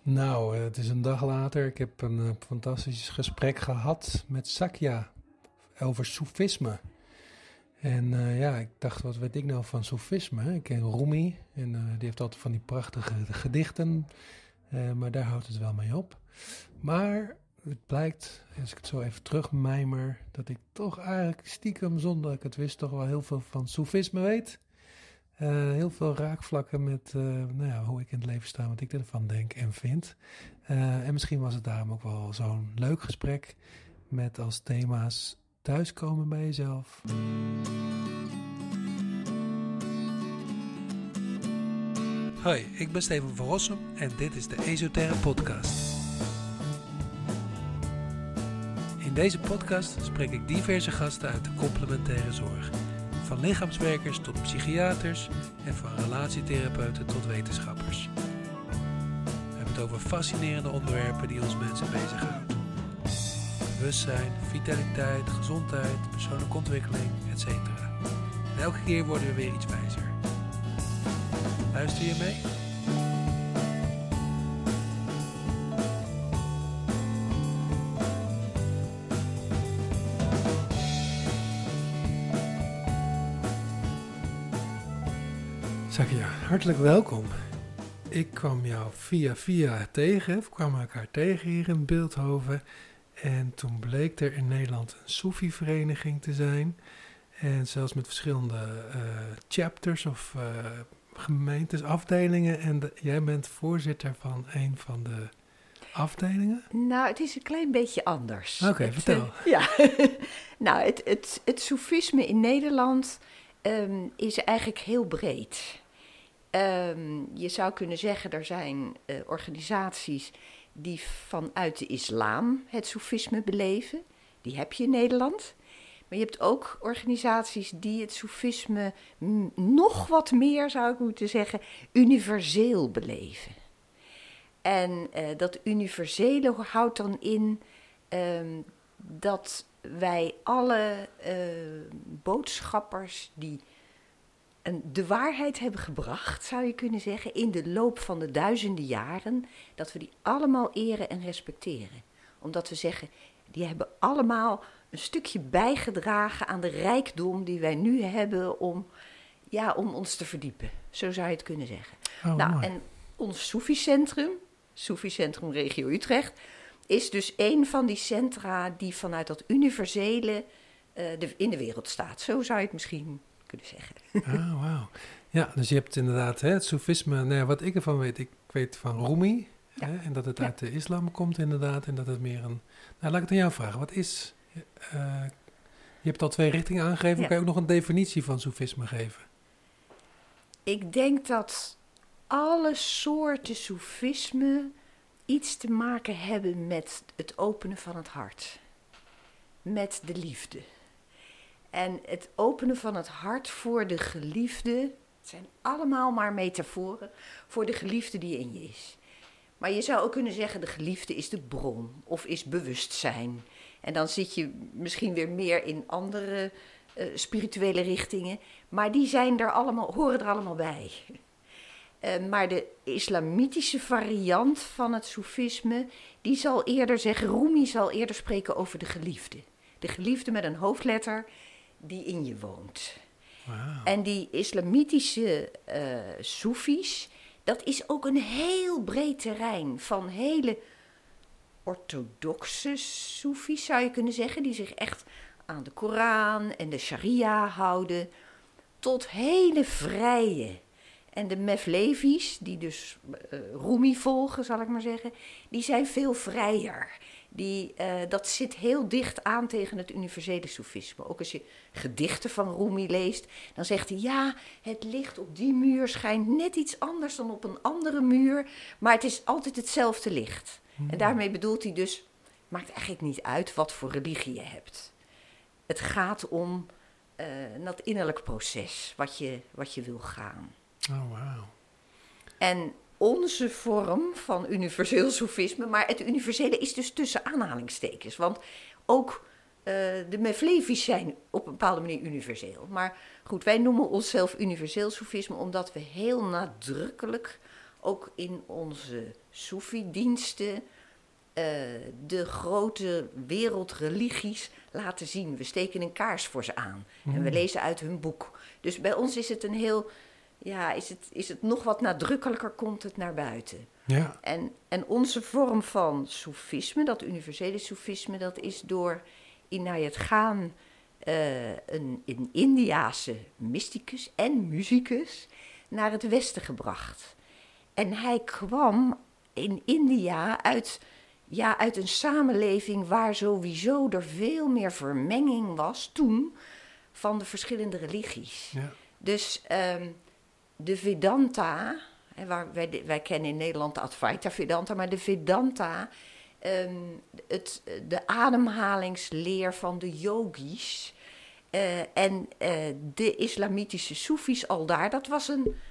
Nou, het is een dag later. Ik heb een fantastisch gesprek gehad met Sakya over soefisme. En ik dacht, wat weet ik nou van soefisme? Ik ken Rumi en die heeft altijd van die prachtige gedichten. Maar daar houdt het wel mee op. Maar het blijkt, als ik het zo even terugmijmer, dat ik toch eigenlijk stiekem, zonder dat ik het wist, toch wel heel veel van soefisme weet. Heel veel raakvlakken met hoe ik in het leven sta, wat ik ervan denk en vind. En misschien was het daarom ook wel zo'n leuk gesprek met als thema's thuiskomen bij jezelf. Hoi, ik ben Steven van Rossum en dit is de Esoterre Podcast. In deze podcast spreek ik diverse gasten uit de complementaire zorg. Van lichaamswerkers tot psychiaters en van relatietherapeuten tot wetenschappers. We hebben het over fascinerende onderwerpen die ons mensen bezighouden. Bewustzijn, vitaliteit, gezondheid, persoonlijke ontwikkeling, etc. En elke keer worden we weer iets wijzer. Luister je mee? Sakya, hartelijk welkom. Ik kwam jou via tegen, of kwamen elkaar tegen hier in Bilthoven. En toen bleek er in Nederland een Soefi-vereniging te zijn. En zelfs met verschillende chapters of gemeentes, afdelingen. En jij bent voorzitter van een van de afdelingen? Nou, het is een klein beetje anders. Oké, vertel. Nou, het soefisme in Nederland is eigenlijk heel breed. Je zou kunnen zeggen, er zijn organisaties die vanuit de islam het soefisme beleven. Die heb je in Nederland. Maar je hebt ook organisaties die het soefisme nog wat meer, zou ik moeten zeggen, universeel beleven. En dat universele houdt dan in dat wij alle boodschappers die de waarheid hebben gebracht, zou je kunnen zeggen, in de loop van de duizenden jaren, dat we die allemaal eren en respecteren. Omdat we zeggen, die hebben allemaal een stukje bijgedragen aan de rijkdom die wij nu hebben om ons te verdiepen. Zo zou je het kunnen zeggen. Mooi. En ons Soefi-centrum Regio Utrecht, is dus een van die centra die vanuit dat universele in de wereld staat. Zo zou je het misschien kunnen zeggen. Ah, wauw. Ja, dus je hebt inderdaad het soefisme. Wat ik ervan weet, ik weet van Rumi. Ja. En dat het uit de islam komt inderdaad. En dat het meer een... Nou, laat ik het aan jou vragen. Wat is... je hebt al 2 richtingen aangegeven. Ja. Kan je ook nog een definitie van soefisme geven? Ik denk dat alle soorten soefisme iets te maken hebben met het openen van het hart. Met de liefde. En het openen van het hart voor de geliefde, het zijn allemaal maar metaforen voor de geliefde die in je is. Maar je zou ook kunnen zeggen, de geliefde is de bron of is bewustzijn. En dan zit je misschien weer meer in andere spirituele richtingen, maar die zijn horen er allemaal bij. Maar de islamitische variant van het soefisme, die zal eerder zeggen, Rumi zal eerder spreken over de geliefde. De geliefde met een hoofdletter die in je woont. Wow. En die islamitische soefies, dat is ook een heel breed terrein van hele orthodoxe soefies, zou je kunnen zeggen, die zich echt aan de Koran en de Sharia houden, tot hele vrije. En de Mevlevi's, die dus Rumi volgen, zal ik maar zeggen, die zijn veel vrijer. Dat zit heel dicht aan tegen het universele soefisme. Ook als je gedichten van Rumi leest, dan zegt hij, ja, het licht op die muur schijnt net iets anders dan op een andere muur, maar het is altijd hetzelfde licht. En daarmee bedoelt hij dus, maakt eigenlijk niet uit wat voor religie je hebt. Het gaat om dat innerlijk proces, wat je wil gaan. Oh, wauw. En onze vorm van universeel soefisme, maar het universele is dus tussen aanhalingstekens. Want ook de Mevlevi's zijn op een bepaalde manier universeel. Maar goed, wij noemen onszelf universeel soefisme omdat we heel nadrukkelijk ook in onze Soefi-diensten de grote wereldreligies laten zien. We steken een kaars voor ze aan en we lezen uit hun boek. Dus bij ons is het een heel, is het nog wat nadrukkelijker, komt het naar buiten. Ja. En onze vorm van Soefisme, dat universele Soefisme, dat is door Inayat Khan, een Indiase mysticus en muzikus, naar het Westen gebracht. En hij kwam in India uit een samenleving waar sowieso er veel meer vermenging was toen van de verschillende religies. Ja. Dus de Vedanta, wij kennen in Nederland de Advaita Vedanta, maar de Vedanta, de ademhalingsleer van de yogis en de islamitische soefies al daar, dat was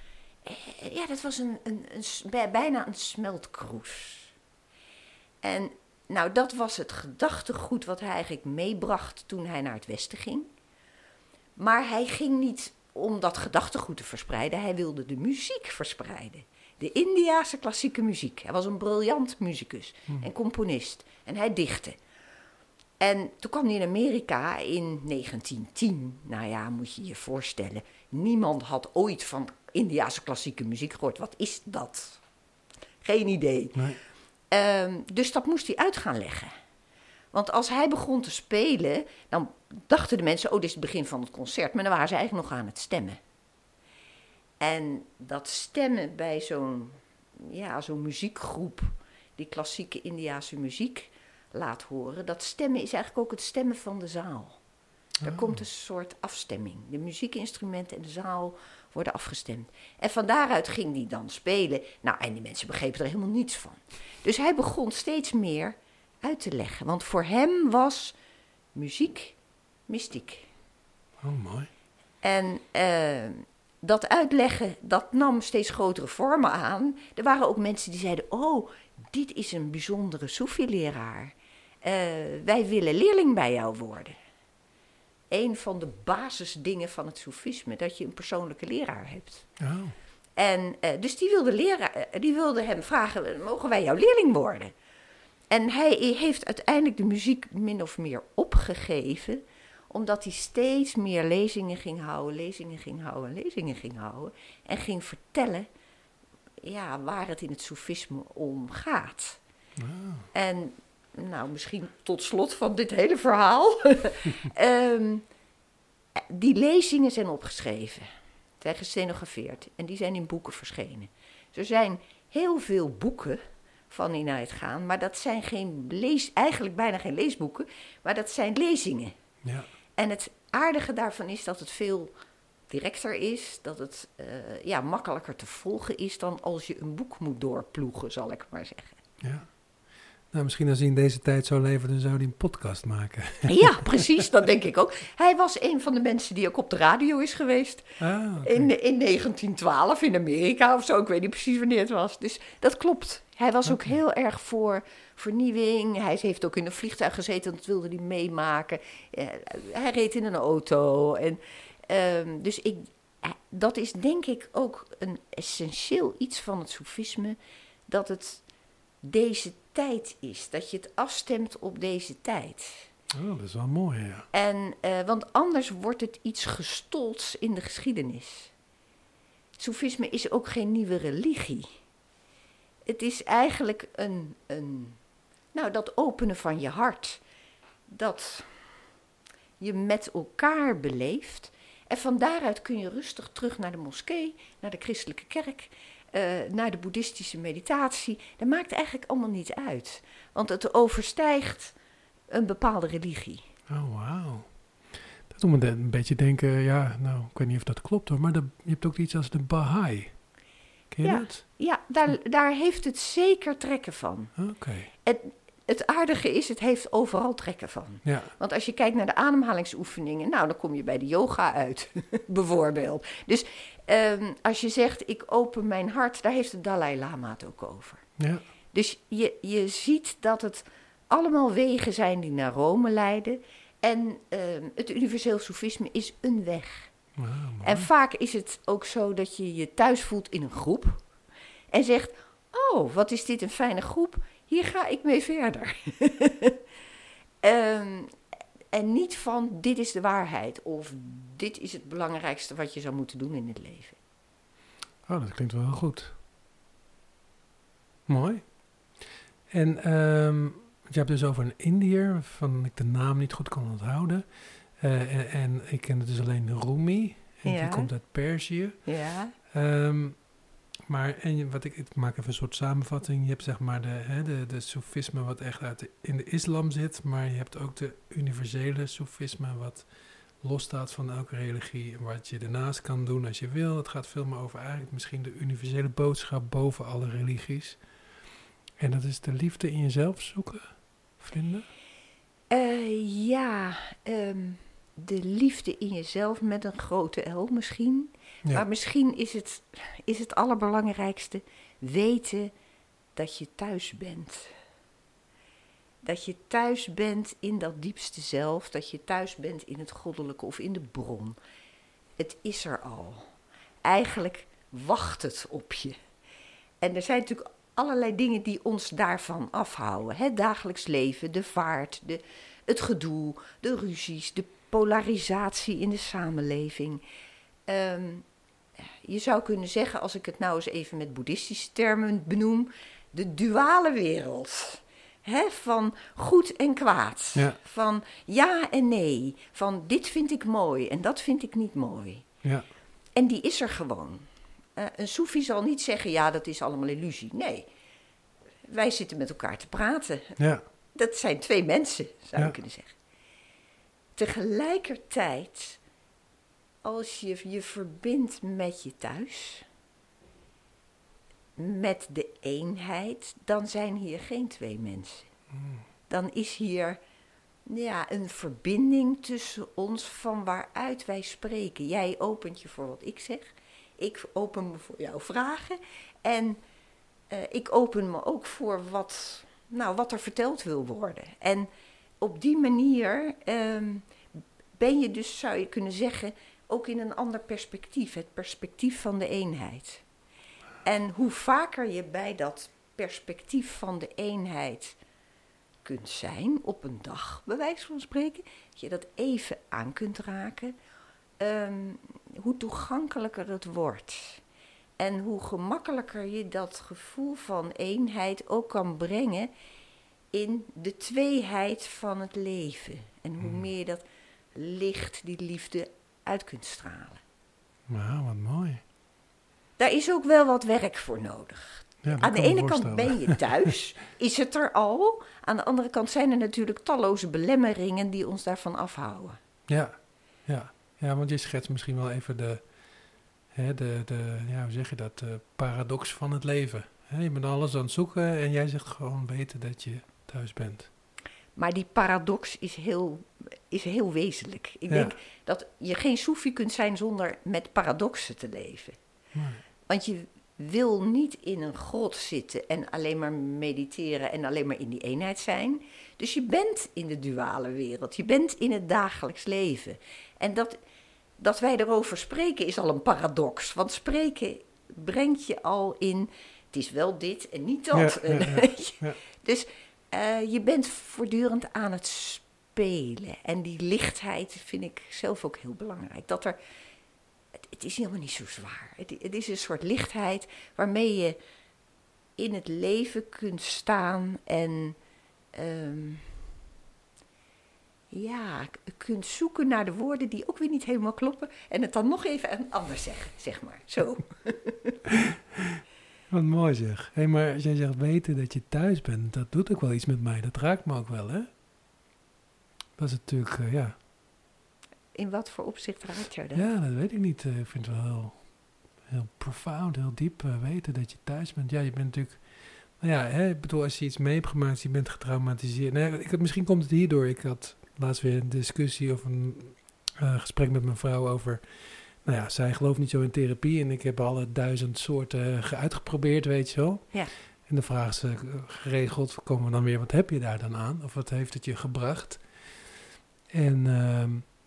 bijna een smeltkroes. En nou, dat was het gedachtegoed wat hij eigenlijk meebracht toen hij naar het Westen ging. Maar hij ging niet om dat gedachtegoed te verspreiden, hij wilde de muziek verspreiden. De Indiase klassieke muziek. Hij was een briljant muzikus en componist. En hij dichtte. En toen kwam hij in Amerika in 1910. Nou ja, moet je je voorstellen. Niemand had ooit van Indiase klassieke muziek gehoord. Wat is dat? Geen idee. Nee. Dus dat moest hij uit gaan leggen. Want als hij begon te spelen, dan dachten de mensen, dit is het begin van het concert. Maar dan waren ze eigenlijk nog aan het stemmen. En dat stemmen bij zo'n muziekgroep die klassieke Indiase muziek laat horen, dat stemmen is eigenlijk ook het stemmen van de zaal. Er komt een soort afstemming. De muziekinstrumenten en de zaal worden afgestemd. En van daaruit ging hij dan spelen. Nou, en die mensen begrepen er helemaal niets van. Dus hij begon steeds meer uit te leggen. Want voor hem was muziek mystiek. Oh, mooi. En dat uitleggen, dat nam steeds grotere vormen aan. Er waren ook mensen die zeiden, dit is een bijzondere Soefi-leraar. Wij willen leerling bij jou worden. Een van de basisdingen van het Soefisme, dat je een persoonlijke leraar hebt. Oh. En dus die wilde hem vragen, mogen wij jouw leerling worden? En hij heeft uiteindelijk de muziek min of meer opgegeven, omdat hij steeds meer lezingen ging houden. En ging vertellen waar het in het Soefisme om gaat. Oh. En nou, misschien tot slot van dit hele verhaal. Die lezingen zijn opgeschreven. Zijn gestenografeerd. En die zijn in boeken verschenen. Er zijn heel veel boeken van Inayat Khan. Maar dat zijn eigenlijk bijna geen leesboeken. Maar dat zijn lezingen. Ja. En het aardige daarvan is dat het veel directer is. Dat het makkelijker te volgen is dan als je een boek moet doorploegen, zal ik maar zeggen. Ja. Nou, misschien als hij in deze tijd zou leven, dan zou hij een podcast maken. Ja, precies, dat denk ik ook. Hij was een van de mensen die ook op de radio is geweest. Ah, okay. In 1912 in Amerika of zo. Ik weet niet precies wanneer het was. Dus dat klopt. Hij was ook heel erg voor vernieuwing. Hij heeft ook in een vliegtuig gezeten, dat wilde hij meemaken. Hij reed in een auto. En, dus dat is denk ik ook een essentieel iets van het Soefisme, dat het deze tijd is. Dat je het afstemt op deze tijd. Oh, dat is wel mooi, ja. En, want anders wordt het iets gestolds in de geschiedenis. Het Soefisme is ook geen nieuwe religie. Het is eigenlijk dat openen van je hart. Dat je met elkaar beleeft. En van daaruit kun je rustig terug naar de moskee, naar de christelijke kerk, naar de boeddhistische meditatie. Dat maakt eigenlijk allemaal niet uit. Want het overstijgt een bepaalde religie. Oh, wauw. Dat doet me een beetje denken, ik weet niet of dat klopt hoor, maar je hebt ook iets als de Baha'i. Ken je dat? Ja, daar heeft het zeker trekken van. Oké. Het aardige is, het heeft overal trekken van. Ja. Want als je kijkt naar de ademhalingsoefeningen, dan kom je bij de yoga uit, bijvoorbeeld. Dus als je zegt, ik open mijn hart, daar heeft de Dalai Lama het ook over. Ja. Dus je ziet dat het allemaal wegen zijn die naar Rome leiden. En het universeel soefisme is een weg. Wow, en vaak is het ook zo dat je je thuis voelt in een groep. En zegt, oh, wat is dit een fijne groep, hier ga ik mee verder. En niet van, dit is de waarheid of dit is het belangrijkste wat je zou moeten doen in het leven. Oh, dat klinkt wel heel goed. Mooi. En je hebt dus over een Indiër, waarvan ik de naam niet goed kan onthouden. En ik ken het dus alleen Rumi. En die komt uit Perzië. Ja. Ik maak even een soort samenvatting. Je hebt zeg maar de soefisme wat echt in de islam zit. Maar je hebt ook de universele soefisme wat losstaat van elke religie. En wat je ernaast kan doen als je wil. Het gaat veel meer over eigenlijk misschien de universele boodschap boven alle religies. En dat is de liefde in jezelf zoeken, Vlinde? De liefde in jezelf met een grote L misschien. Ja. Maar misschien is het allerbelangrijkste weten dat je thuis bent. Dat je thuis bent in dat diepste zelf. Dat je thuis bent in het goddelijke of in de bron. Het is er al. Eigenlijk wacht het op je. En er zijn natuurlijk allerlei dingen die ons daarvan afhouden. Het dagelijks leven, de vaart, het gedoe, de ruzies, de polarisatie in de samenleving. Je zou kunnen zeggen, als ik het nou eens even met boeddhistische termen benoem, de duale wereld. Van goed en kwaad. Ja. Van ja en nee. Van dit vind ik mooi en dat vind ik niet mooi. Ja. En die is er gewoon. Een soefi zal niet zeggen, ja, dat is allemaal illusie. Nee, wij zitten met elkaar te praten. Ja. Dat zijn twee mensen, zou je kunnen zeggen. Tegelijkertijd, als je je verbindt met je thuis, met de eenheid, dan zijn hier geen twee mensen. Dan is hier een verbinding tussen ons van waaruit wij spreken. Jij opent je voor wat ik zeg. Ik open me voor jouw vragen. En ik open me ook voor wat er verteld wil worden. En op die manier ben je dus, zou je kunnen zeggen, ook in een ander perspectief. Het perspectief van de eenheid. En hoe vaker je bij dat perspectief van de eenheid kunt zijn, op een dag, bij wijze van spreken, dat je dat even aan kunt raken, hoe toegankelijker het wordt. En hoe gemakkelijker je dat gevoel van eenheid ook kan brengen in de tweeheid van het leven. En hoe meer je dat licht, die liefde uit kunt stralen. Nou, wat mooi. Daar is ook wel wat werk voor nodig. Ja, aan de ene kant ben je thuis, is het er al. Aan de andere kant zijn er natuurlijk talloze belemmeringen die ons daarvan afhouden. Ja, want je schetst misschien wel even hoe zeg je dat, de paradox van het leven. Je bent alles aan het zoeken en jij zegt gewoon weten dat je thuis bent. Maar die paradox is heel wezenlijk. Ik denk dat je geen soefi kunt zijn zonder met paradoxen te leven. Nee. Want je wil niet in een grot zitten en alleen maar mediteren en alleen maar in die eenheid zijn. Dus je bent in de duale wereld. Je bent in het dagelijks leven. En dat wij erover spreken is al een paradox. Want spreken brengt je al in, het is wel dit en niet dat. Ja. Dus je bent voortdurend aan het spelen. En die lichtheid vind ik zelf ook heel belangrijk. Het is helemaal niet zo zwaar. Het is een soort lichtheid waarmee je in het leven kunt staan en kunt zoeken naar de woorden die ook weer niet helemaal kloppen en het dan nog even anders zeggen, zeg maar. Zo. Wat mooi zeg. Maar als jij zegt weten dat je thuis bent, dat doet ook wel iets met mij. Dat raakt me ook wel, hè? Dat is natuurlijk, In wat voor opzicht raakt jou dat? Ja, dat weet ik niet. Ik vind het wel heel, heel profound, heel diep weten dat je thuis bent. Ja, je bent natuurlijk... ik bedoel, als je iets mee hebt gemaakt, je bent getraumatiseerd. Misschien komt het hierdoor. Ik had laatst weer een discussie of een gesprek met mijn vrouw over... zij gelooft niet zo in therapie en ik heb alle 1000 soorten uitgeprobeerd, weet je wel. Ja. En de vraag is geregeld, komen we dan weer, wat heb je daar dan aan? Of wat heeft het je gebracht? En...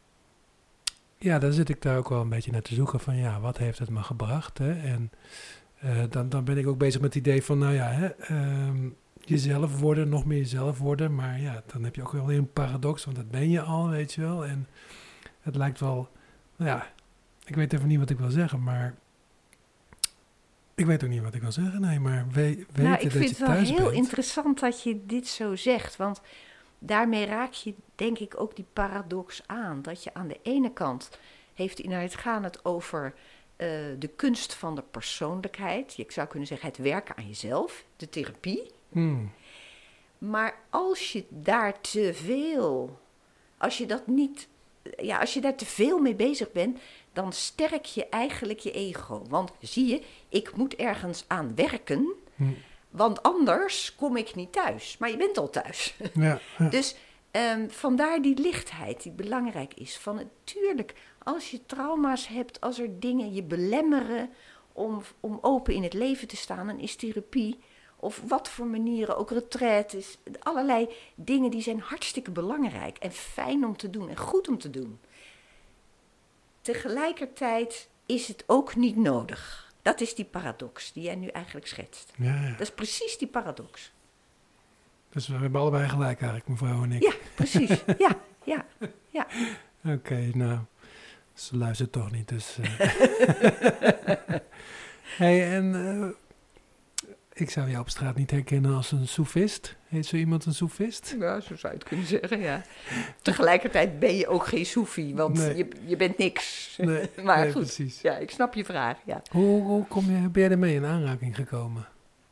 dan zit ik daar ook wel een beetje naar te zoeken van, wat heeft het me gebracht? Hè? En Dan ben ik ook bezig met het idee van, nou ja, jezelf worden, nog meer jezelf worden. Maar ja, dan heb je ook wel weer een paradox, want dat ben je al, weet je wel. En het lijkt wel, nou ja, ik weet even niet wat ik wil zeggen, maar... Ik weet ook niet wat ik wil zeggen, nee, maar weten dat je thuis bent. Ik vind het wel heel interessant dat je dit zo zegt, want daarmee raak je denk ik ook die paradox aan. Dat je aan de ene kant heeft het gaan het over de kunst van de persoonlijkheid. Je zou kunnen zeggen het werken aan jezelf, de therapie. Maar als je daar als je daar te veel mee bezig bent, dan sterk je eigenlijk je ego. Want zie je, ik moet ergens aan werken, want anders kom ik niet thuis. Maar je bent al thuis. Ja. Dus vandaar die lichtheid die belangrijk is. Van natuurlijk, als je trauma's hebt, als er dingen je belemmeren om open in het leven te staan, dan is therapie, of wat voor manieren, ook retraites, allerlei dingen die zijn hartstikke belangrijk en fijn om te doen en goed om te doen. Tegelijkertijd is het ook niet nodig. Dat is die paradox die jij nu eigenlijk schetst. Ja. Dat is precies die paradox. Dus we hebben allebei gelijk eigenlijk, mevrouw en ik. Ja, precies. Ja. Oké, nou, ze luistert toch niet, dus... Hey, en ik zou jou op straat niet herkennen als een soefist. Heet zo iemand een soefist? Ja, zo zou je het kunnen zeggen, ja. Tegelijkertijd ben je ook geen soefie, want je bent niks. Nee, maar nee, goed, precies. Ja, ik snap je vraag, ja. Hoe ben je ermee in aanraking gekomen?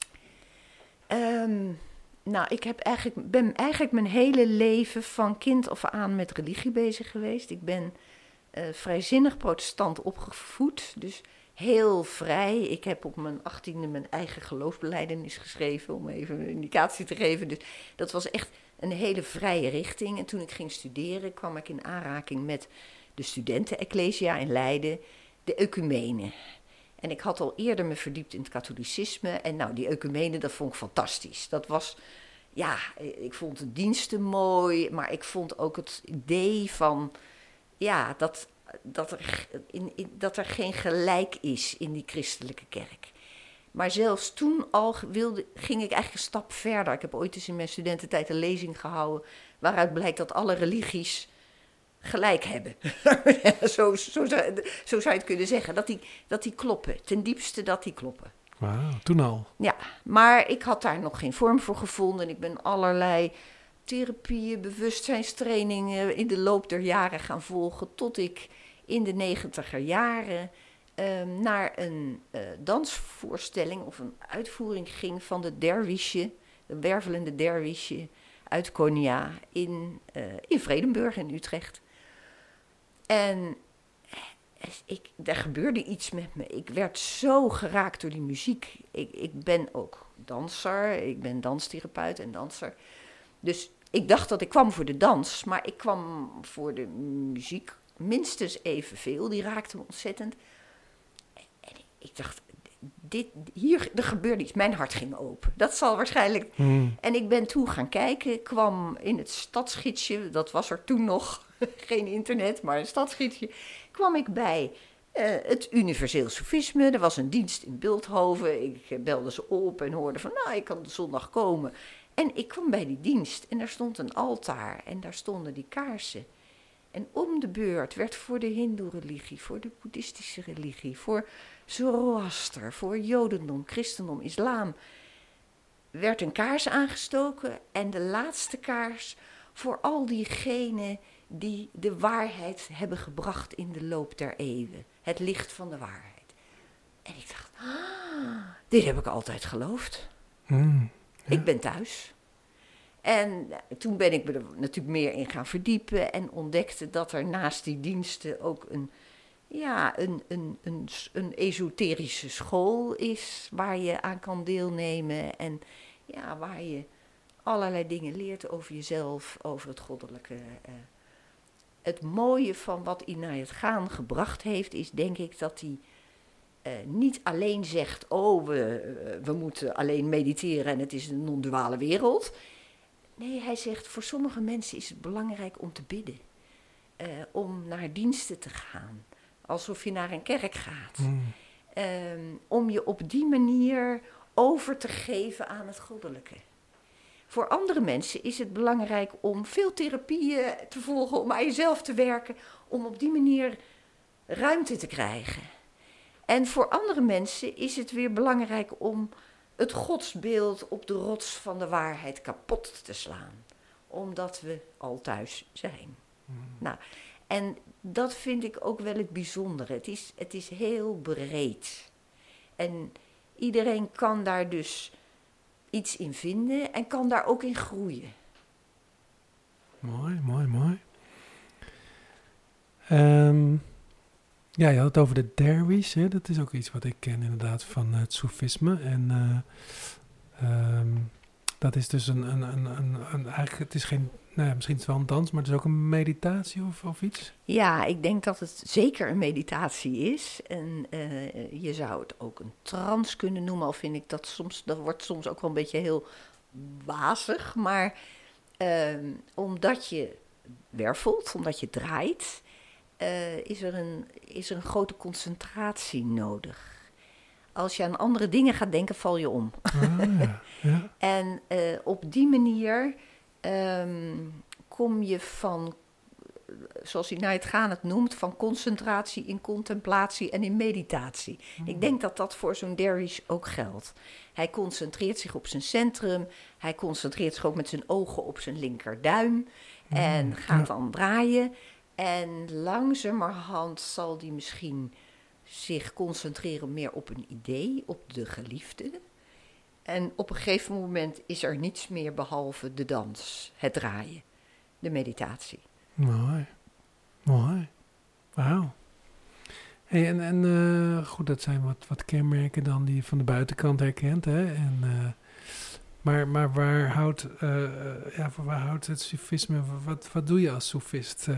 Ik ben eigenlijk mijn hele leven van kind af aan met religie bezig geweest. Ik ben vrijzinnig protestant opgevoed, dus heel vrij. Ik heb op mijn 18e mijn eigen geloofsbelijdenis geschreven, om even een indicatie te geven. Dus dat was echt een hele vrije richting. En toen ik ging studeren, kwam ik in aanraking met de studenten-ecclesia in Leiden, de ecumene. En ik had al eerder me verdiept in het katholicisme. En nou, die ecumene, dat vond ik fantastisch. Dat was, ja, ik vond de diensten mooi, maar ik vond ook het idee van, ja, dat er geen gelijk is in die christelijke kerk. Maar zelfs toen al ging ik eigenlijk een stap verder. Ik heb ooit eens in mijn studententijd een lezing gehouden waaruit blijkt dat alle religies gelijk hebben. Zo zou je het kunnen zeggen. Dat die kloppen. Ten diepste dat die kloppen. Wauw, toen al. Ja, maar ik had daar nog geen vorm voor gevonden. Ik ben allerlei therapieën, bewustzijnstrainingen in de loop der jaren gaan volgen, tot ik in de 90er jaren naar een dansvoorstelling of een uitvoering ging van de derwisje, de wervelende derwisje uit Konya in Vredenburg in Utrecht. En er gebeurde iets met me. Ik werd zo geraakt door die muziek. Ik ben ook danser, ik ben danstherapeut en danser. Dus ik dacht dat ik kwam voor de dans, maar ik kwam voor de muziek minstens evenveel. Die raakte me ontzettend. En ik dacht, er gebeurde iets. Mijn hart ging open. Dat zal waarschijnlijk... En ik ben toen gaan kijken, kwam in het stadsgidsje, dat was er toen nog, geen internet, maar een stadsgidsje, kwam ik bij het universeel sofisme. Er was een dienst in Bilthoven. Ik belde ze op en hoorde van, nou, ik kan zondag komen. En ik kwam bij die dienst en daar stond een altaar en daar stonden die kaarsen. En om de beurt werd voor de hindoe-religie, voor de boeddhistische religie, voor Zoroaster, voor jodendom, christendom, islam, werd een kaars aangestoken. En de laatste kaars voor al diegenen die de waarheid hebben gebracht in de loop der eeuwen. Het licht van de waarheid. En ik dacht, dit heb ik altijd geloofd. Ja. Ik ben thuis. En toen ben ik me er natuurlijk meer in gaan verdiepen en ontdekte dat er naast die diensten ook een esoterische school is waar je aan kan deelnemen en ja, waar je allerlei dingen leert over jezelf, over het goddelijke. Het mooie van wat Inayat Khan gebracht heeft is denk ik dat hij niet alleen zegt, we moeten alleen mediteren en het is een non-duale wereld. Nee, hij zegt, voor sommige mensen is het belangrijk om te bidden. Om naar diensten te gaan. Alsof je naar een kerk gaat. Om je op die manier over te geven aan het goddelijke. Voor andere mensen is het belangrijk om veel therapieën te volgen, om aan jezelf te werken, om op die manier ruimte te krijgen. En voor andere mensen is het weer belangrijk om het godsbeeld op de rots van de waarheid kapot te slaan. Omdat we al thuis zijn. Nou, en dat vind ik ook wel het bijzondere. Het is heel breed. En iedereen kan daar dus iets in vinden en kan daar ook in groeien. Mooi, mooi, mooi. Ja, je had het over de derwish. Hè? Dat is ook iets wat ik ken inderdaad van het soefisme. En dat is dus eigenlijk, het is geen, nou ja, misschien is het wel een dans, maar het is ook een meditatie of iets? Ja, ik denk dat het zeker een meditatie is. En je zou het ook een trance kunnen noemen, al vind ik dat soms, dat wordt soms ook wel een beetje heel wazig. Maar omdat je wervelt, omdat je draait, is er een grote concentratie nodig. Als je aan andere dingen gaat denken, val je om. Ja. En op die manier kom je van, zoals Inayat Khan het noemt, van concentratie in contemplatie en in meditatie. Ik denk dat dat voor zo'n derwish ook geldt. Hij concentreert zich op zijn centrum. Hij concentreert zich ook met zijn ogen op zijn linkerduim. En gaat dan draaien. En langzamerhand zal hij misschien zich concentreren meer op een idee, op de geliefde. En op een gegeven moment is er niets meer behalve de dans, het draaien, de meditatie. Mooi. Mooi. Wauw. Hey, en goed, dat zijn wat kenmerken dan die je van de buitenkant herkent. Hè? En, maar waar houdt het soefisme? Wat doe je als soefist?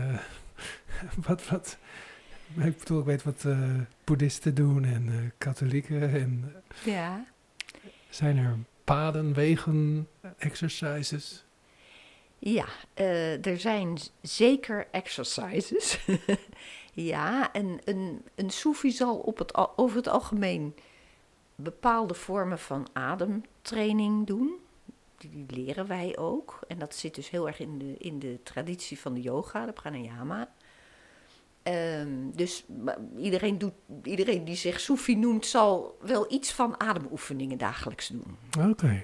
Ik bedoel, ik weet wat boeddhisten doen en katholieken. En, Ja. Zijn er paden, wegen, exercises? Ja, er zijn zeker exercises. Ja, en een soefi zal over het algemeen bepaalde vormen van ademtraining doen. Die leren wij ook. En dat zit dus heel erg in de traditie van de yoga, de pranayama. Dus iedereen die zich soefi noemt, zal wel iets van ademoefeningen dagelijks doen. Oké.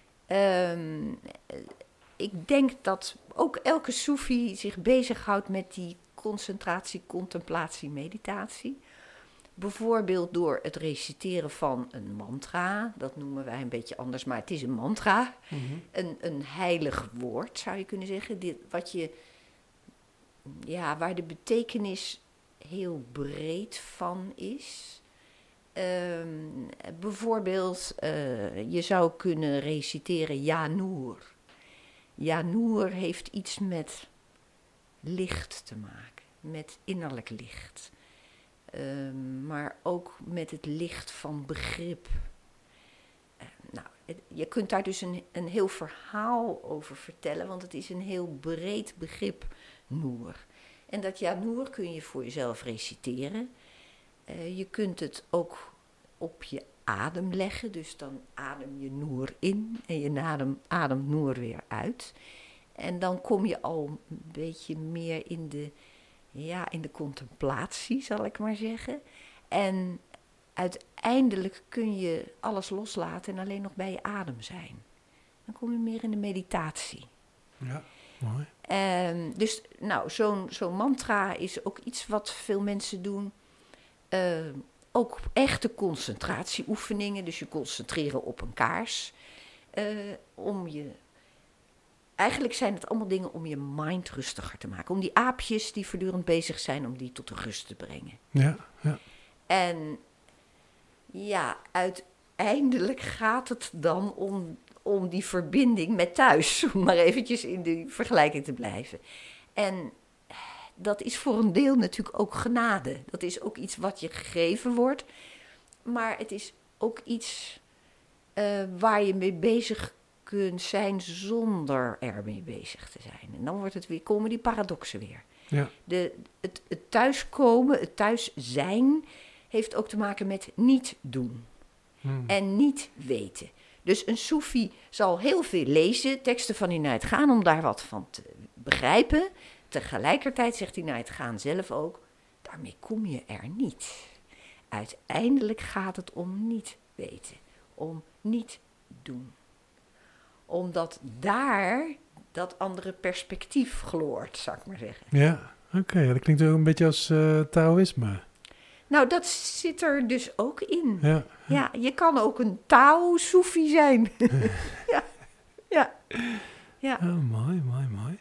Ik denk dat ook elke soefi zich bezighoudt met die concentratie, contemplatie, meditatie. Bijvoorbeeld door het reciteren van een mantra. Dat noemen wij een beetje anders, maar het is een mantra. Mm-hmm. Een heilig woord, zou je kunnen zeggen. Waar de betekenis heel breed van is. Bijvoorbeeld, je zou kunnen reciteren Ja Noor. Ja Noor heeft iets met licht te maken, met innerlijk licht. Maar ook met het licht van begrip. Je kunt daar dus een heel verhaal over vertellen, want het is een heel breed begrip, Noor. En dat Ja Noor kun je voor jezelf reciteren. Je kunt het ook op je adem leggen, dus dan adem je Noor in en je ademt Noor weer uit. En dan kom je al een beetje meer in de contemplatie, zal ik maar zeggen. En uiteindelijk kun je alles loslaten en alleen nog bij je adem zijn. Dan kom je meer in de meditatie. Ja, mooi. Dus zo'n mantra is ook iets wat veel mensen doen. Ook echte concentratieoefeningen. Dus je concentreren op een kaars. Eigenlijk zijn het allemaal dingen om je mind rustiger te maken. Om die aapjes die voortdurend bezig zijn, om die tot rust te brengen. Ja. En ja, uiteindelijk gaat het dan om die verbinding met thuis. Om maar eventjes in die vergelijking te blijven. En dat is voor een deel natuurlijk ook genade. Dat is ook iets wat je gegeven wordt. Maar het is ook iets waar je mee bezig kunt zijn zonder ermee bezig te zijn. En dan komen die paradoxen weer. Ja. Het thuiskomen, het thuis zijn, heeft ook te maken met niet doen en niet weten. Dus een Soefi zal heel veel lezen, teksten van Inayat Khan, om daar wat van te begrijpen. Tegelijkertijd zegt Inayat Khan zelf ook, daarmee kom je er niet. Uiteindelijk gaat het om niet weten, om niet doen. Omdat daar dat andere perspectief gloort, zou ik maar zeggen. Ja, oké. Dat klinkt ook een beetje als Taoïsme. Nou, dat zit er dus ook in. Ja. Ja, je kan ook een Tao-Soefi zijn. Ja. Oh, mooi.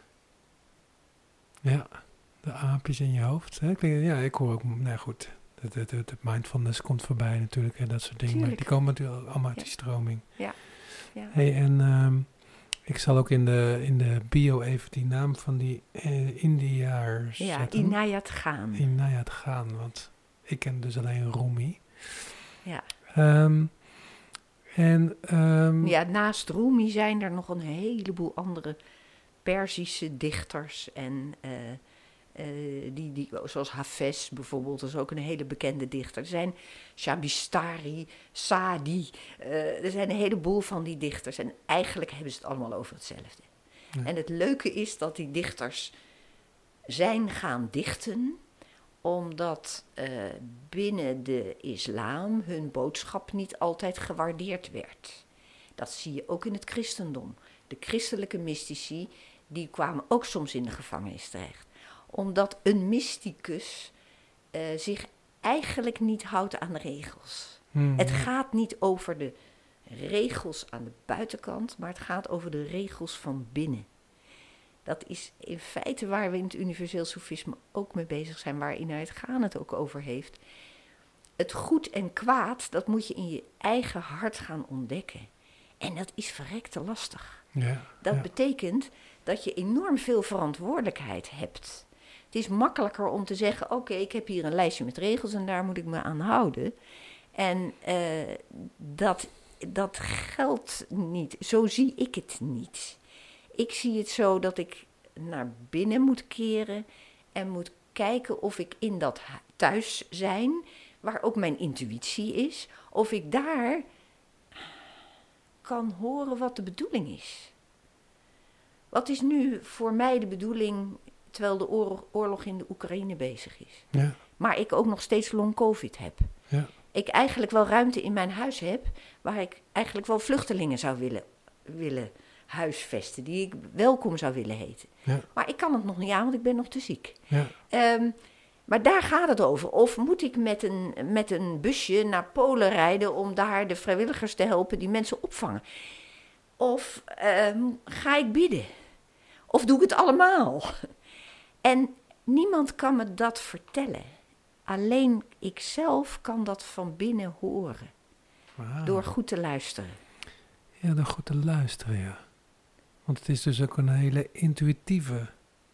Ja, de aapjes in je hoofd. Hè? Ja, ik hoor ook, nou goed, de mindfulness komt voorbij natuurlijk en dat soort dingen. Tuurlijk. Maar die komen natuurlijk allemaal uit die stroming. Ja. Hey, en ik zal ook in de bio even die naam van die Indiër zetten. Inayat Khan. Inayat Khan, want ik ken dus alleen Rumi. Ja. Ja, naast Rumi zijn er nog een heleboel andere Perzische dichters. En zoals Hafez bijvoorbeeld, dat is ook een hele bekende dichter. Er zijn Shabistari, Saadi, er zijn een heleboel van die dichters. En eigenlijk hebben ze het allemaal over hetzelfde. Ja. En het leuke is dat die dichters zijn gaan dichten, omdat binnen de islam hun boodschap niet altijd gewaardeerd werd. Dat zie je ook in het christendom. De christelijke mystici, die kwamen ook soms in de gevangenis terecht. Omdat een mysticus zich eigenlijk niet houdt aan de regels. Het gaat niet over de regels aan de buitenkant, maar het gaat over de regels van binnen. Dat is in feite waar we in het universeel soefisme ook mee bezig zijn, waar Inayat Khan het ook over heeft. Het goed en kwaad, dat moet je in je eigen hart gaan ontdekken. En dat is verrekte lastig. Ja, dat betekent dat je enorm veel verantwoordelijkheid hebt. Het is makkelijker om te zeggen, oké, ik heb hier een lijstje met regels en daar moet ik me aan houden. En dat geldt niet. Zo zie ik het niet. Ik zie het zo dat ik naar binnen moet keren en moet kijken of ik in dat thuis zijn, waar ook mijn intuïtie is, of ik daar kan horen wat de bedoeling is. Wat is nu voor mij de bedoeling terwijl de oorlog in de Oekraïne bezig is? Ja. Maar ik ook nog steeds long-covid heb. Ja. Ik eigenlijk wel ruimte in mijn huis heb waar ik eigenlijk wel vluchtelingen zou willen huisvesten, die ik welkom zou willen heten. Ja. Maar ik kan het nog niet aan, want ik ben nog te ziek. Ja. Maar daar gaat het over. Of moet ik met een busje naar Polen rijden om daar de vrijwilligers te helpen die mensen opvangen? Of ga ik bidden? Of doe ik het allemaal? En niemand kan me dat vertellen. Alleen ikzelf kan dat van binnen horen. Wow. Door goed te luisteren. Ja, door goed te luisteren, ja. Want het is dus ook een hele intuïtieve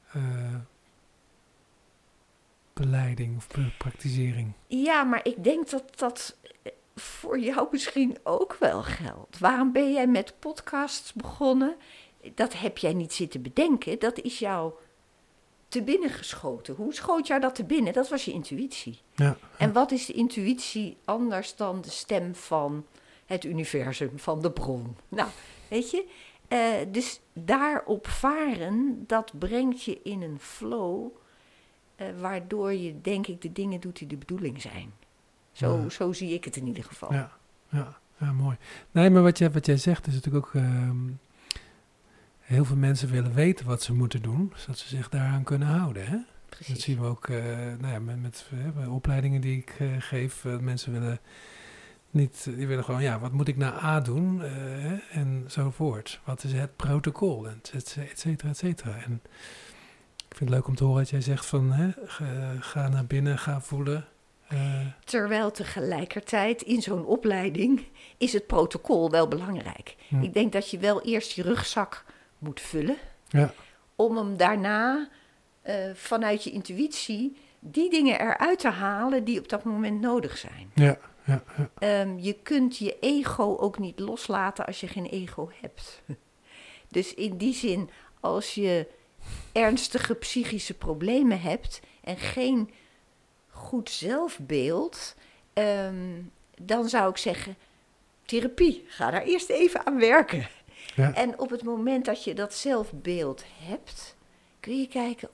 beleiding of praktisering. Ja, maar ik denk dat dat voor jou misschien ook wel geldt. Waarom ben jij met podcasts begonnen? Dat heb jij niet zitten bedenken. Dat is jou te binnen geschoten. Hoe schoot jou dat te binnen? Dat was je intuïtie. Ja. En wat is de intuïtie anders dan de stem van het universum, van de bron? Nou, weet je, dus daarop varen, dat brengt je in een flow, waardoor je, denk ik, de dingen doet die de bedoeling zijn. Zo zie ik het in ieder geval. Ja, mooi. Nee, maar wat jij zegt is natuurlijk ook, heel veel mensen willen weten wat ze moeten doen, zodat ze zich daaraan kunnen houden, hè? Precies. Dat zien we ook met opleidingen die ik geef. Mensen willen die willen gewoon, wat moet ik nou A doen? Enzovoort. Wat is het protocol? Et cetera, et cetera. En ik vind het leuk om te horen dat jij zegt van, ga naar binnen, ga voelen. Terwijl tegelijkertijd in zo'n opleiding is het protocol wel belangrijk. Ja. Ik denk dat je wel eerst je rugzak moet vullen. Ja. Om hem daarna vanuit je intuïtie die dingen eruit te halen die op dat moment nodig zijn. Ja. Je kunt je ego ook niet loslaten als je geen ego hebt. Dus in die zin, als je ernstige psychische problemen hebt en geen goed zelfbeeld, dan zou ik zeggen, therapie, ga daar eerst even aan werken. Ja. En op het moment dat je dat zelfbeeld hebt, kun je kijken,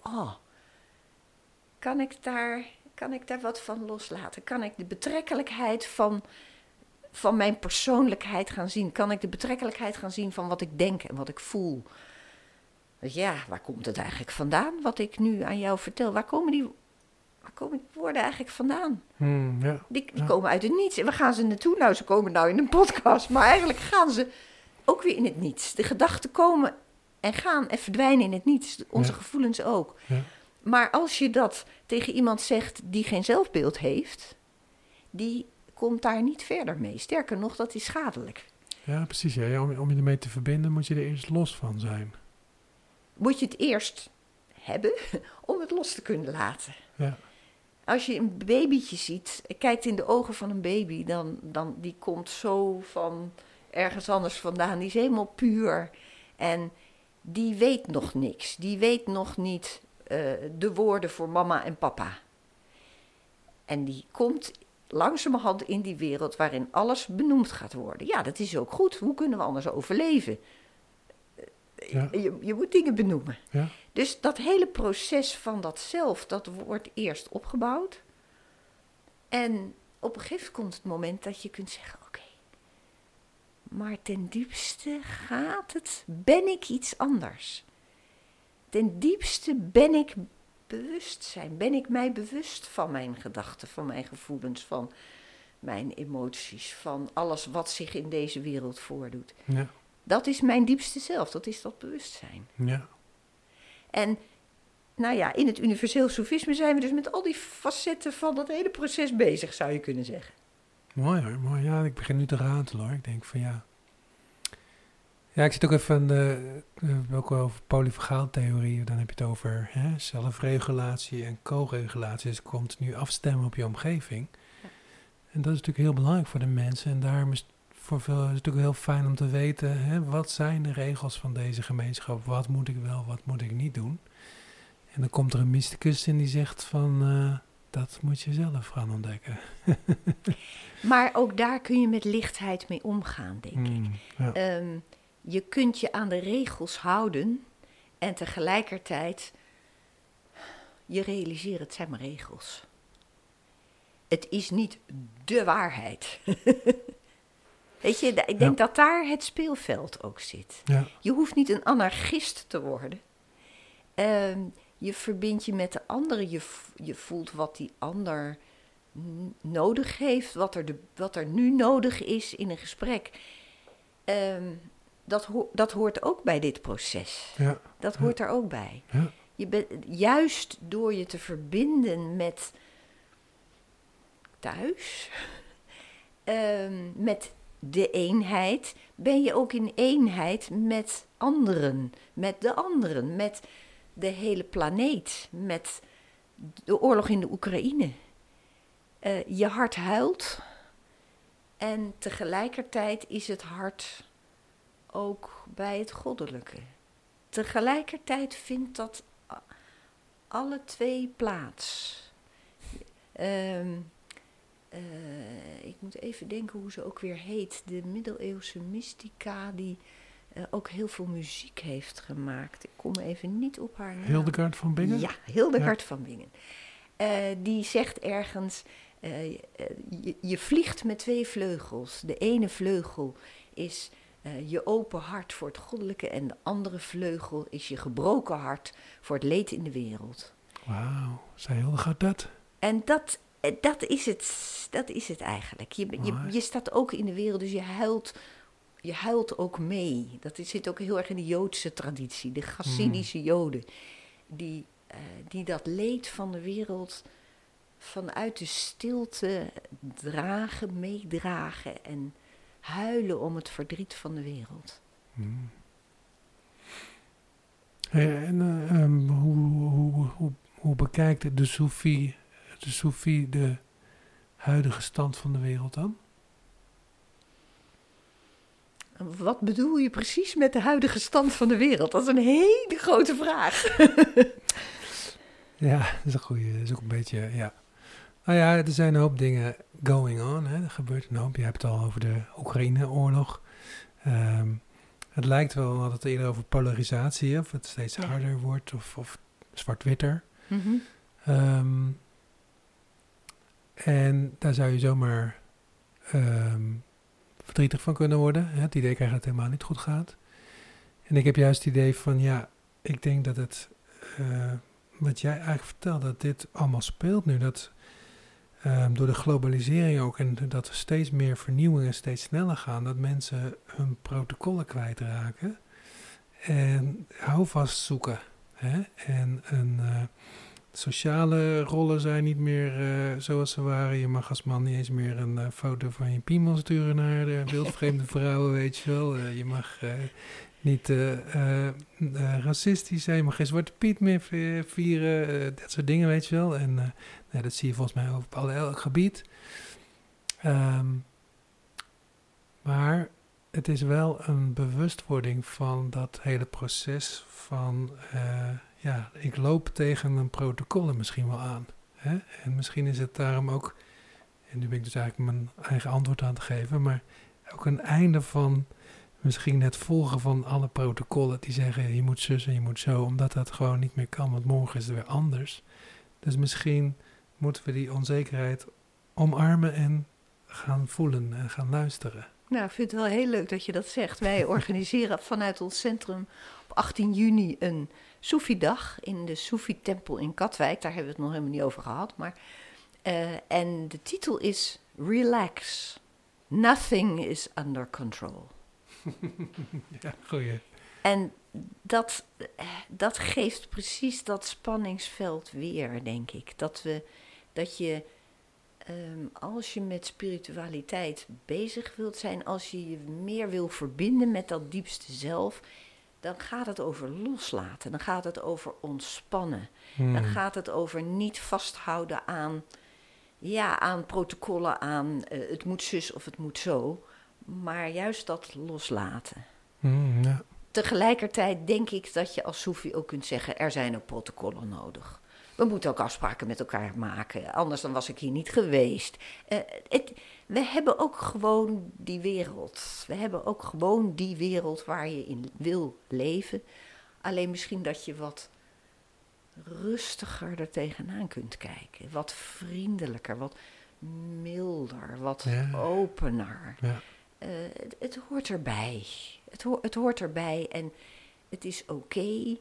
kan ik daar wat van loslaten? Kan ik de betrekkelijkheid van mijn persoonlijkheid gaan zien? Kan ik de betrekkelijkheid gaan zien van wat ik denk en wat ik voel? Dus ja, waar komt het eigenlijk vandaan, wat ik nu aan jou vertel? Waar komen die woorden eigenlijk vandaan? Die komen uit het niets. En waar gaan ze naartoe? Nou, ze komen nou in een podcast, maar eigenlijk gaan ze ook weer in het niets. De gedachten komen en gaan en verdwijnen in het niets. Onze gevoelens ook. Ja. Maar als je dat tegen iemand zegt die geen zelfbeeld heeft, die komt daar niet verder mee. Sterker nog, dat is schadelijk. Ja, precies. Ja. Om je ermee te verbinden moet je er eerst los van zijn. Moet je het eerst hebben om het los te kunnen laten. Ja. Als je een babytje ziet, kijkt in de ogen van een baby, dan die komt zo van ergens anders vandaan. Die is helemaal puur en die weet nog niks. Die weet nog niet de woorden voor mama en papa. En die komt langzamerhand in die wereld waarin alles benoemd gaat worden. Ja, dat is ook goed. Hoe kunnen we anders overleven? Ja. Je moet dingen benoemen. Ja. Dus dat hele proces van dat zelf, dat wordt eerst opgebouwd. En op een gegeven moment komt het moment dat je kunt zeggen, oké, maar ten diepste ben ik iets anders. Ten diepste ben ik bewustzijn. Ben ik mij bewust van mijn gedachten, van mijn gevoelens, van mijn emoties, van alles wat zich in deze wereld voordoet. Ja. Dat is mijn diepste zelf, dat is dat bewustzijn. Ja. En nou ja, in het universeel sofisme zijn we dus met al die facetten van dat hele proces bezig, zou je kunnen zeggen. Mooi hoor, mooi. Ja, ik begin nu te ratelen hoor. Ik denk van ja. Ja, ik zit ook even ook over polyvagaaltheorie. Dan heb je het over zelfregulatie en co-regulatie. Dus continu afstemmen op je omgeving. Ja. En dat is natuurlijk heel belangrijk voor de mensen. En daarom is voor veel is het natuurlijk heel fijn om te weten, wat zijn de regels van deze gemeenschap? Wat moet ik wel, wat moet ik niet doen? En dan komt er een mysticus in die zegt van, dat moet je zelf gaan ontdekken. Maar ook daar kun je met lichtheid mee omgaan, denk ik. Ja. Je kunt je aan de regels houden en tegelijkertijd je realiseren, het zijn maar regels. Het is niet de waarheid. Weet je, ik denk dat daar het speelveld ook zit. Ja. Je hoeft niet een anarchist te worden. Je verbindt je met de ander. Je voelt wat die ander nodig heeft. Wat er nu nodig is in een gesprek. Dat hoort ook bij dit proces. Ja. Dat hoort er ook bij. Ja. Juist door je te verbinden met thuis, met de eenheid, ben je ook in eenheid met anderen, met de hele planeet, met de oorlog in de Oekraïne. Je hart huilt en tegelijkertijd is het hart ook bij het goddelijke. Tegelijkertijd vindt dat alle twee plaats. Ik moet even denken hoe ze ook weer heet. De middeleeuwse mystica die ook heel veel muziek heeft gemaakt. Ik kom even niet op haar naam. Hildegard van Bingen? Ja, Hildegard van Bingen. Die zegt ergens, je vliegt met twee vleugels. De ene vleugel is je open hart voor het goddelijke en de andere vleugel is je gebroken hart voor het leed in de wereld. Wauw, zei Hildegard dat? En dat is het eigenlijk. Je staat ook in de wereld, dus je huilt ook mee. Dat zit ook heel erg in de Joodse traditie. De Chassidische Joden. Die dat leed van de wereld vanuit de stilte meedragen en huilen om het verdriet van de wereld. En hoe bekijkt de Soefie de huidige stand van de wereld dan? Wat bedoel je precies met de huidige stand van de wereld? Dat is een hele grote vraag. Ja, dat is een goeie. Dat is ook een beetje, ja. Nou ja, er zijn een hoop dingen going on. Hè. Er gebeurt een hoop. Je hebt het al over de Oekraïne-oorlog. Het lijkt wel, we hadden het eerder over polarisatie, of het steeds harder wordt of zwart-witter. Mhm. En daar zou je zomaar verdrietig van kunnen worden. Hè? Het idee krijgen dat het helemaal niet goed gaat. En ik heb juist het idee van, ja, ik denk dat het, wat jij eigenlijk vertelt, dat dit allemaal speelt nu. Dat door de globalisering ook en dat er steeds meer vernieuwingen steeds sneller gaan, dat mensen hun protocollen kwijtraken en houvast zoeken. Hè? En sociale rollen zijn niet meer zoals ze waren. Je mag als man niet eens meer een foto van je piemel sturen naar de wildvreemde vrouwen, weet je wel. Je mag niet racistisch zijn, je mag geen Zwarte Piet meer vieren, dat soort dingen, weet je wel. En dat zie je volgens mij op elk gebied. Maar het is wel een bewustwording van dat hele proces van, ik loop tegen mijn protocollen misschien wel aan. Hè? En misschien is het daarom ook, en nu ben ik dus eigenlijk mijn eigen antwoord aan te geven, maar ook een einde van misschien het volgen van alle protocollen die zeggen je moet zus en je moet zo, omdat dat gewoon niet meer kan, want morgen is het weer anders. Dus misschien moeten we die onzekerheid omarmen en gaan voelen en gaan luisteren. Nou, ik vind het wel heel leuk dat je dat zegt. Wij organiseren vanuit ons centrum op 18 juni een Soefi-dag in de Soefi-tempel in Katwijk. Daar hebben we het nog helemaal niet over gehad. Maar, en de titel is Relax. Nothing is under control. Ja, goeie. En dat geeft precies dat spanningsveld weer, denk ik. Dat je, als je met spiritualiteit bezig wilt zijn, als je je meer wil verbinden met dat diepste zelf, dan gaat het over loslaten. Dan gaat het over ontspannen. Dan gaat het over niet vasthouden aan protocollen, aan het moet zus of het moet zo. Maar juist dat loslaten. Ja. Tegelijkertijd denk ik dat je als Soefi ook kunt zeggen, er zijn ook protocollen nodig. We moeten ook afspraken met elkaar maken, anders dan was ik hier niet geweest. We hebben ook gewoon die wereld. We hebben ook gewoon die wereld waar je in wil leven. Alleen misschien dat je wat rustiger er tegenaan kunt kijken. Wat vriendelijker, wat milder, wat opener. Ja. Het hoort erbij. Het hoort erbij en het is oké.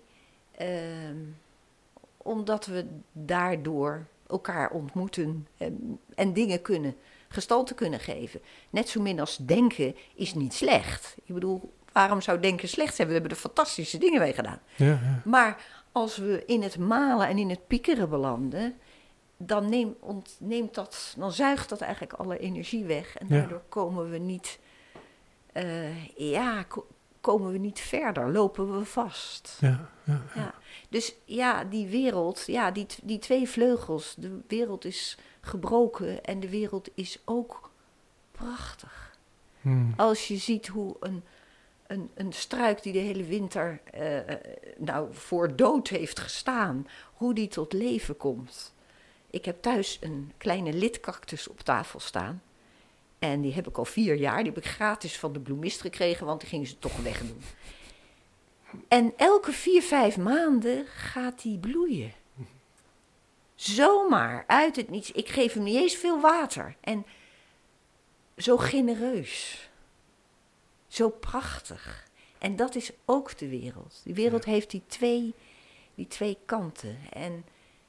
Omdat we daardoor elkaar ontmoeten en dingen gestalte kunnen geven. Net zo min als denken is niet slecht. Ik bedoel, waarom zou denken slecht zijn? We hebben er fantastische dingen mee gedaan. Ja. Maar als we in het malen en in het piekeren belanden, dan zuigt dat eigenlijk alle energie weg. En daardoor komen we niet, komen we niet verder, lopen we vast. Ja. Dus ja, die wereld, die twee vleugels, de wereld is gebroken en de wereld is ook prachtig. Als je ziet hoe een struik die de hele winter voor dood heeft gestaan, hoe die tot leven komt. Ik heb thuis een kleine lidcactus op tafel staan. En die heb ik al 4 jaar. Die heb ik gratis van de bloemist gekregen, want die gingen ze toch wegdoen. En elke 4-5 maanden gaat die bloeien. Zomaar, uit het niets. Ik geef hem niet eens veel water. En zo genereus. Zo prachtig. En dat is ook de wereld. Die wereld heeft die twee kanten. En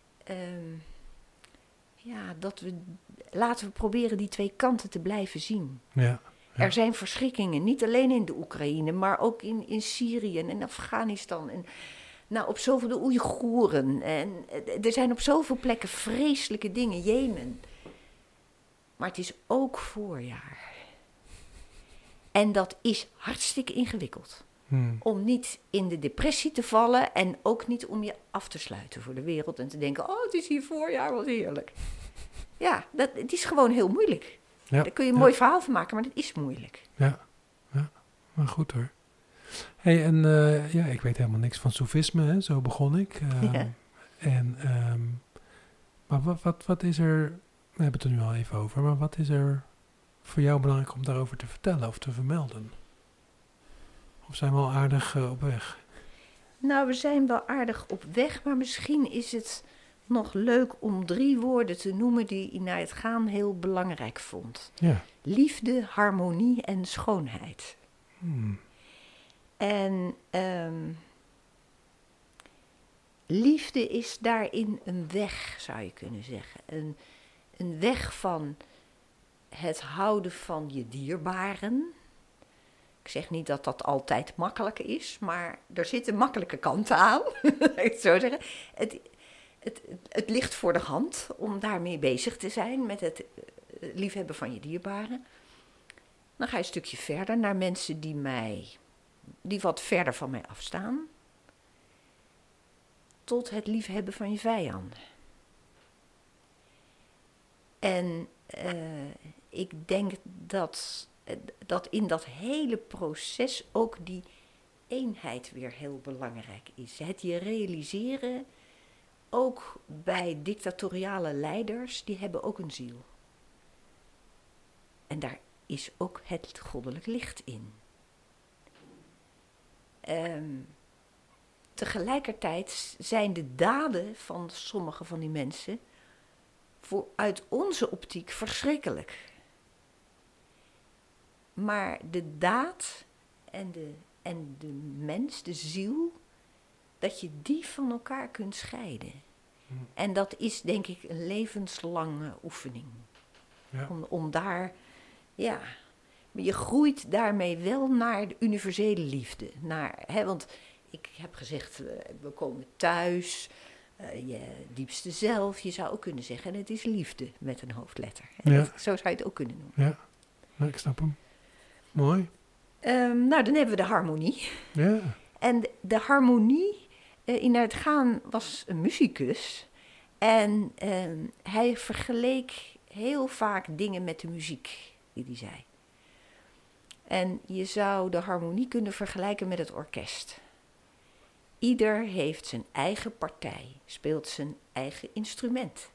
laten we proberen die 2 kanten te blijven zien. Ja. Er zijn verschrikkingen, niet alleen in de Oekraïne, maar ook in Syrië en in Afghanistan. En op zoveel de Oeigoeren. En er zijn op zoveel plekken vreselijke dingen, Jemen. Maar het is ook voorjaar. En dat is hartstikke ingewikkeld. Om niet in de depressie te vallen en ook niet om je af te sluiten voor de wereld en te denken, oh, het is hier voorjaar, wat heerlijk. Ja, het is gewoon heel moeilijk. Ja, Daar kun je een mooi verhaal van maken, maar dat is moeilijk. Ja, maar goed hoor. Hey, en ik weet helemaal niks van soefisme, hè? Zo begon ik. Maar wat is er we hebben het er nu al even over, maar wat is er voor jou belangrijk om daarover te vertellen of te vermelden? Of zijn we al aardig op weg? Nou, we zijn wel aardig op weg, maar misschien is het nog leuk om 3 woorden te noemen die Inayat het gaan heel belangrijk vond. Ja. Liefde, harmonie en schoonheid. En liefde is daarin een weg, zou je kunnen zeggen. Een weg van het houden van je dierbaren. Ik zeg niet dat dat altijd makkelijk is, maar er zitten makkelijke kanten aan, laat ik het zo zeggen. Het ligt voor de hand om daarmee bezig te zijn met het liefhebben van je dierbaren. Dan ga je een stukje verder naar mensen die wat verder van mij afstaan. Tot het liefhebben van je vijanden. En ik denk dat in dat hele proces ook die eenheid weer heel belangrijk is. Het je realiseren, ook bij dictatoriale leiders, die hebben ook een ziel. En daar is ook het goddelijk licht in. Tegelijkertijd zijn de daden van sommige van die mensen uit onze optiek verschrikkelijk. Maar de daad en de mens, de ziel, dat je die van elkaar kunt scheiden. En dat is denk ik een levenslange oefening. Ja. Om daar, ja, je groeit daarmee wel naar de universele liefde. Want ik heb gezegd, we komen thuis, je diepste zelf, je zou ook kunnen zeggen, en het is liefde met een hoofdletter. Ja. Zo zou je het ook kunnen noemen. Ja, ik snap hem. Mooi. Dan hebben we de harmonie. Ja. En de harmonie, Inayat het gaan was een muzikus. En hij vergeleek heel vaak dingen met de muziek die hij zei. En je zou de harmonie kunnen vergelijken met het orkest. Ieder heeft zijn eigen partij, speelt zijn eigen instrument.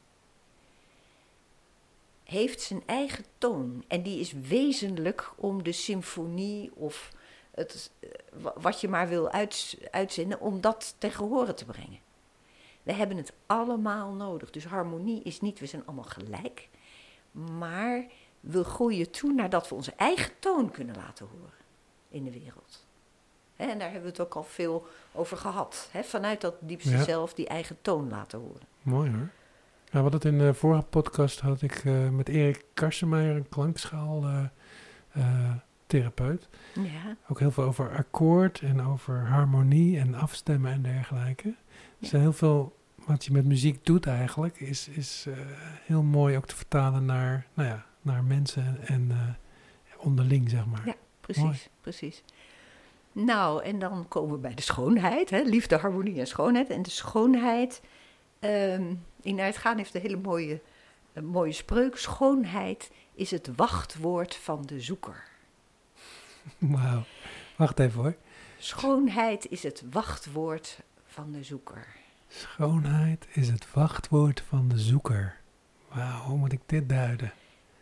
Heeft zijn eigen toon. En die is wezenlijk om de symfonie of wat je maar wil uitzenden, om dat ten gehore te brengen. We hebben het allemaal nodig. Dus harmonie is niet, we zijn allemaal gelijk. Maar we groeien toe nadat we onze eigen toon kunnen laten horen in de wereld. En daar hebben we het ook al veel over gehad. Vanuit dat diepste zelf die eigen toon laten horen. Mooi hoor. Ja, wat het in de vorige podcast had ik met Erik Karsemeijer, een klankschaaltherapeut. Ja. Ook heel veel over akkoord en over harmonie en afstemmen en dergelijke. Dus heel veel wat je met muziek doet eigenlijk is heel mooi ook te vertalen naar mensen en onderling, zeg maar. Ja, precies. Nou, en dan komen we bij de schoonheid. Liefde, harmonie en schoonheid. En de schoonheid, Inayat Khan heeft een hele mooie spreuk. Schoonheid is het wachtwoord van de zoeker. Wauw, wacht even hoor. Schoonheid is het wachtwoord van de zoeker. Schoonheid is het wachtwoord van de zoeker. Wauw, hoe moet ik dit duiden?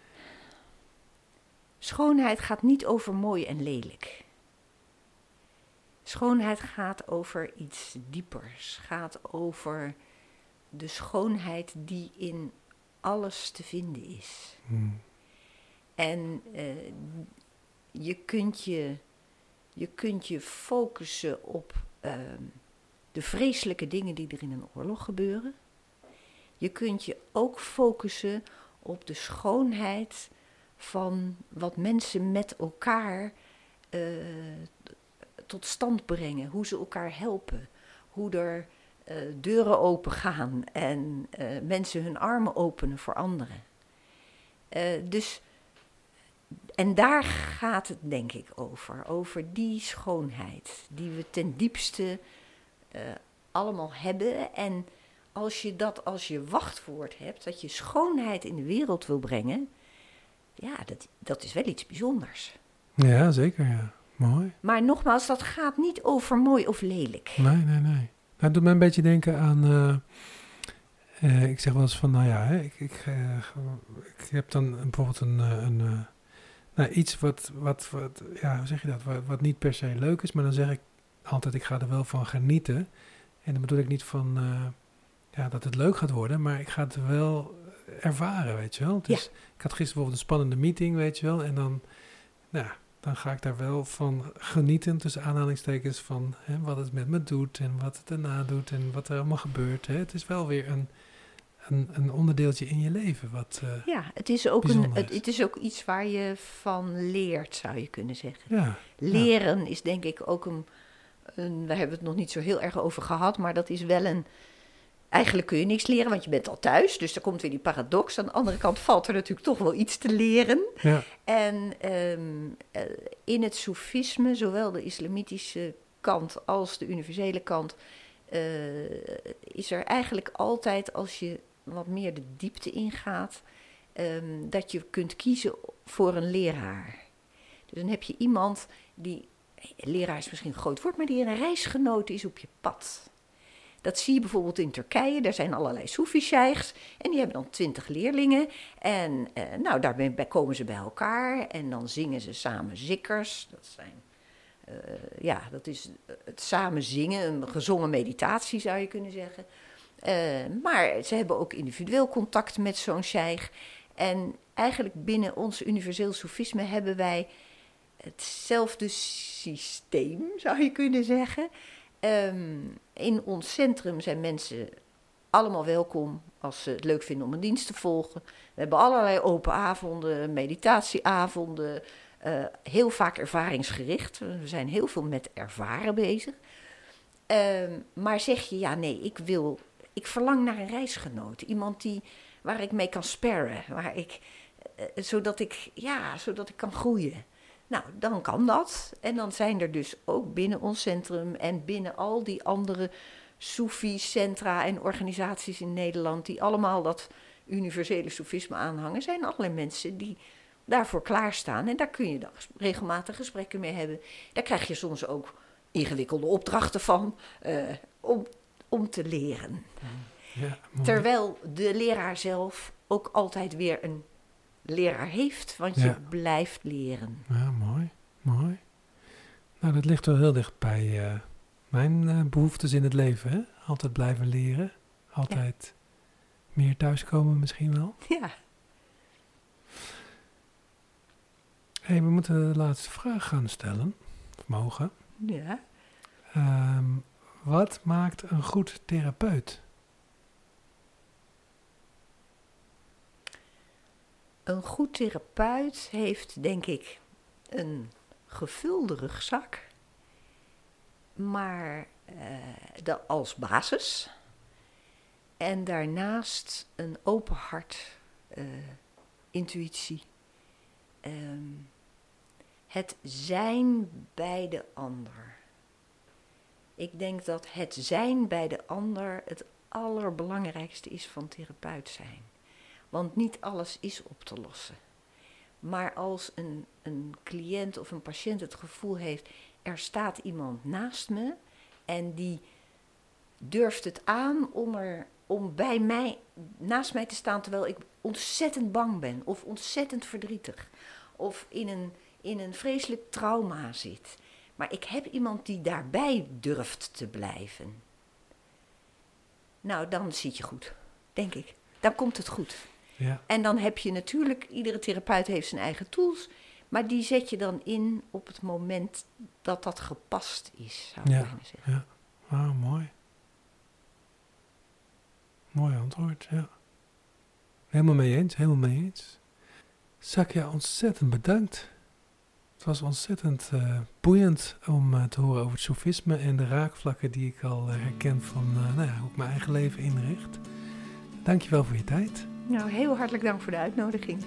Schoonheid gaat niet over mooi en lelijk. Schoonheid gaat over iets diepers. Gaat over de schoonheid die in alles te vinden is. En je kunt je focussen op de vreselijke dingen die er in een oorlog gebeuren. Je kunt je ook focussen op de schoonheid van wat mensen met elkaar tot stand brengen. Hoe ze elkaar helpen. Hoe er deuren open gaan en mensen hun armen openen voor anderen. En daar gaat het denk ik over. Over die schoonheid die we ten diepste allemaal hebben. En als je dat als je wachtwoord hebt, dat je schoonheid in de wereld wil brengen, ja, dat is wel iets bijzonders. Ja, zeker, ja. Mooi. Maar nogmaals, dat gaat niet over mooi of lelijk. Nee. Het doet mij een beetje denken aan Ik zeg wel eens van, nou ja, hè, ik heb dan bijvoorbeeld iets wat, ja, hoe zeg je dat, wat niet per se leuk is, maar dan zeg ik altijd, ik ga er wel van genieten. En dan bedoel ik niet van, dat het leuk gaat worden, maar ik ga het wel ervaren, weet je wel. Dus ik had gisteren bijvoorbeeld een spannende meeting, weet je wel, en dan ga ik daar wel van genieten, tussen aanhalingstekens, van wat het met me doet en wat het daarna doet en wat er allemaal gebeurt. Hè. Het is wel weer een onderdeeltje in je leven. Het is ook het is ook iets waar je van leert, zou je kunnen zeggen. Ja, Leren is denk ik ook we hebben het nog niet zo heel erg over gehad, maar dat is wel eigenlijk kun je niks leren, want je bent al thuis. Dus er komt weer die paradox. Aan de andere kant valt er natuurlijk toch wel iets te leren. Ja. En in het soefisme, zowel de islamitische kant als de universele kant, is er eigenlijk altijd, als je wat meer de diepte ingaat, dat je kunt kiezen voor een leraar. Dus dan heb je iemand die, leraar is misschien een groot woord, maar die een reisgenoot is op je pad. Dat zie je bijvoorbeeld in Turkije. Daar zijn allerlei Soefi-sheikhs en die hebben dan 20 leerlingen. En daarbij komen ze bij elkaar en dan zingen ze samen zikkers. Dat zijn, dat is het samen zingen, een gezongen meditatie zou je kunnen zeggen. Maar ze hebben ook individueel contact met zo'n sheikh. En eigenlijk binnen ons universeel soefisme hebben wij hetzelfde systeem, zou je kunnen zeggen. In ons centrum zijn mensen allemaal welkom als ze het leuk vinden om een dienst te volgen. We hebben allerlei open avonden, meditatieavonden, heel vaak ervaringsgericht. We zijn heel veel met ervaren bezig. Maar zeg je, ik verlang naar een reisgenoot. Iemand waar ik mee kan sparren, zodat ik kan groeien. Nou, dan kan dat. En dan zijn er dus ook binnen ons centrum en binnen al die andere Soefi-centra en organisaties in Nederland, die allemaal dat universele soefisme aanhangen, zijn allerlei mensen die daarvoor klaarstaan. En daar kun je dan regelmatig gesprekken mee hebben. Daar krijg je soms ook ingewikkelde opdrachten van om te leren. Ja, terwijl de leraar zelf ook altijd weer een leraar heeft, want je blijft leren. Ja, mooi. Nou, dat ligt wel heel dicht bij mijn behoeftes in het leven, hè? Altijd blijven leren. Altijd meer thuiskomen misschien wel. Ja. We moeten de laatste vraag gaan stellen. Of mogen. Ja. Wat maakt een goed therapeut? Een goed therapeut heeft, denk ik, een gevulde rugzak, maar als basis. En daarnaast een open hart, intuïtie. Het zijn bij de ander. Ik denk dat het zijn bij de ander het allerbelangrijkste is van therapeut zijn. Want niet alles is op te lossen. Maar als een cliënt of een patiënt het gevoel heeft, er staat iemand naast me en die durft het aan om bij mij, naast mij te staan terwijl ik ontzettend bang ben of ontzettend verdrietig of in een vreselijk trauma zit. Maar ik heb iemand die daarbij durft te blijven. Nou, dan zit je goed, denk ik. Dan komt het goed. Ja. En dan heb je natuurlijk, iedere therapeut heeft zijn eigen tools, maar die zet je dan in op het moment dat dat gepast is, zou ik bijna zeggen. Ja, wauw, mooi. Mooi antwoord, ja. Helemaal mee eens. Sakya, ontzettend bedankt. Het was ontzettend boeiend om te horen over het soefisme en de raakvlakken die ik al herken van hoe ik mijn eigen leven inricht. Dankjewel voor je tijd. Nou, heel hartelijk dank voor de uitnodiging.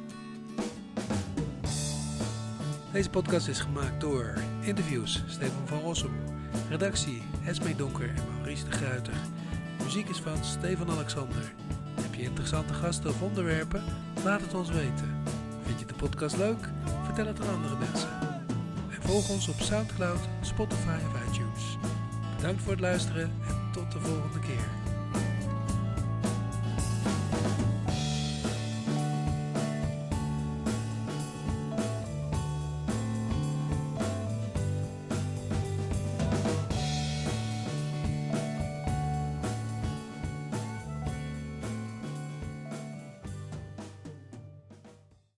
Deze podcast is gemaakt door interviews Stefan van Rossum, redactie Esmee Donker en Maurice de Gruyter. Muziek is van Stefan Alexander. Heb je interessante gasten of onderwerpen? Laat het ons weten. Vind je de podcast leuk? Vertel het aan andere mensen. En volg ons op Soundcloud, Spotify of iTunes. Bedankt voor het luisteren en tot de volgende keer.